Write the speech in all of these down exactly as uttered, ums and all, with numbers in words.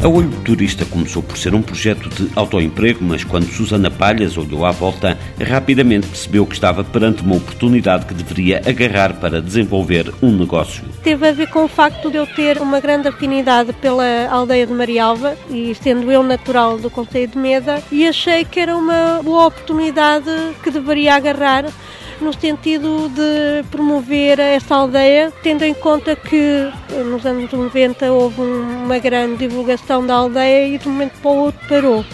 A Olho de Turista começou por ser um projeto de autoemprego, mas quando Susana Palhas olhou à volta, rapidamente percebeu que estava perante uma oportunidade que deveria agarrar para desenvolver um negócio. Teve a ver com o facto de eu ter uma grande afinidade pela aldeia de Marialva e sendo eu natural do concelho de Meda, e achei que era uma boa oportunidade que deveria agarrar no sentido de promover essa aldeia, tendo em conta que nos anos noventa houve uma grande divulgação da aldeia e de um momento para o outro parou.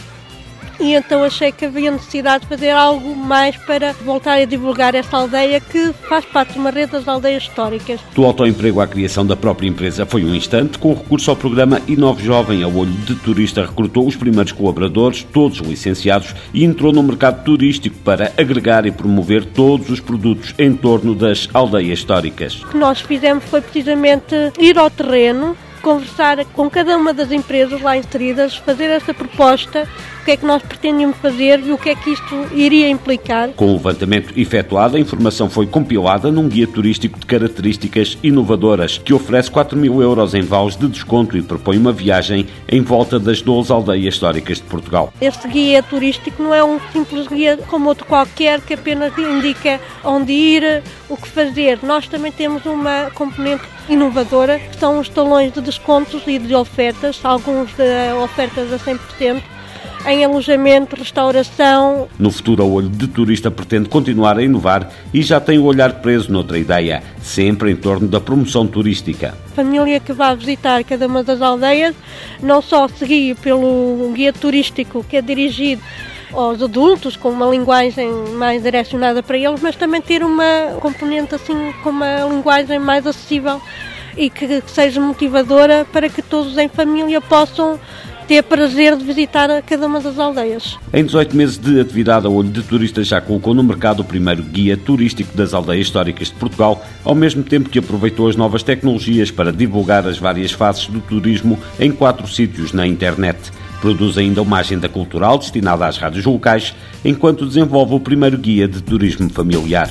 E então achei que havia necessidade de fazer algo mais para voltar a divulgar essa aldeia que faz parte de uma rede das aldeias históricas. Do autoemprego à criação da própria empresa foi um instante. Com recurso ao programa Inove Jovem, a Olho de Turista recrutou os primeiros colaboradores, todos licenciados, e entrou no mercado turístico para agregar e promover todos os produtos em torno das aldeias históricas. O que nós fizemos foi precisamente ir ao terreno, conversar com cada uma das empresas lá inseridas, fazer essa proposta, o que é que nós pretendíamos fazer e o que é que isto iria implicar. Com o levantamento efetuado, a informação foi compilada num guia turístico de características inovadoras, que oferece quatro mil euros em vales de desconto e propõe uma viagem em volta das doze aldeias históricas de Portugal. Este guia turístico não é um simples guia como outro qualquer, que apenas indica onde ir, o que fazer. Nós também temos uma componente inovadora, que são os talões de descontos e de ofertas, alguns de ofertas a cem por cento, em alojamento, restauração. No futuro, a Olho de Turista pretende continuar a inovar e já tem o olhar preso noutra ideia, sempre em torno da promoção turística. A família que vai visitar cada uma das aldeias, não só seguir pelo guia turístico que é dirigido aos adultos, com uma linguagem mais direcionada para eles, mas também ter uma componente assim com uma linguagem mais acessível e que seja motivadora para que todos em família possam ter prazer de visitar cada uma das aldeias. Em dezoito meses de atividade, a Olho de Turista já colocou no mercado o primeiro guia turístico das aldeias históricas de Portugal, ao mesmo tempo que aproveitou as novas tecnologias para divulgar as várias faces do turismo em quatro sítios na internet. Produz ainda uma agenda cultural destinada às rádios locais, enquanto desenvolve o primeiro guia de turismo familiar.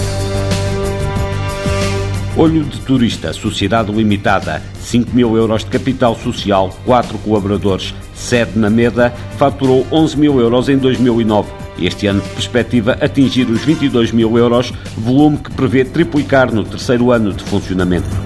Olho de Turista, Sociedade Limitada, cinco mil euros de capital social, quatro colaboradores, sede na Meda, faturou onze mil euros em dois mil e nove. Este ano perspectiva atingir os vinte e dois mil euros, volume que prevê triplicar no terceiro ano de funcionamento.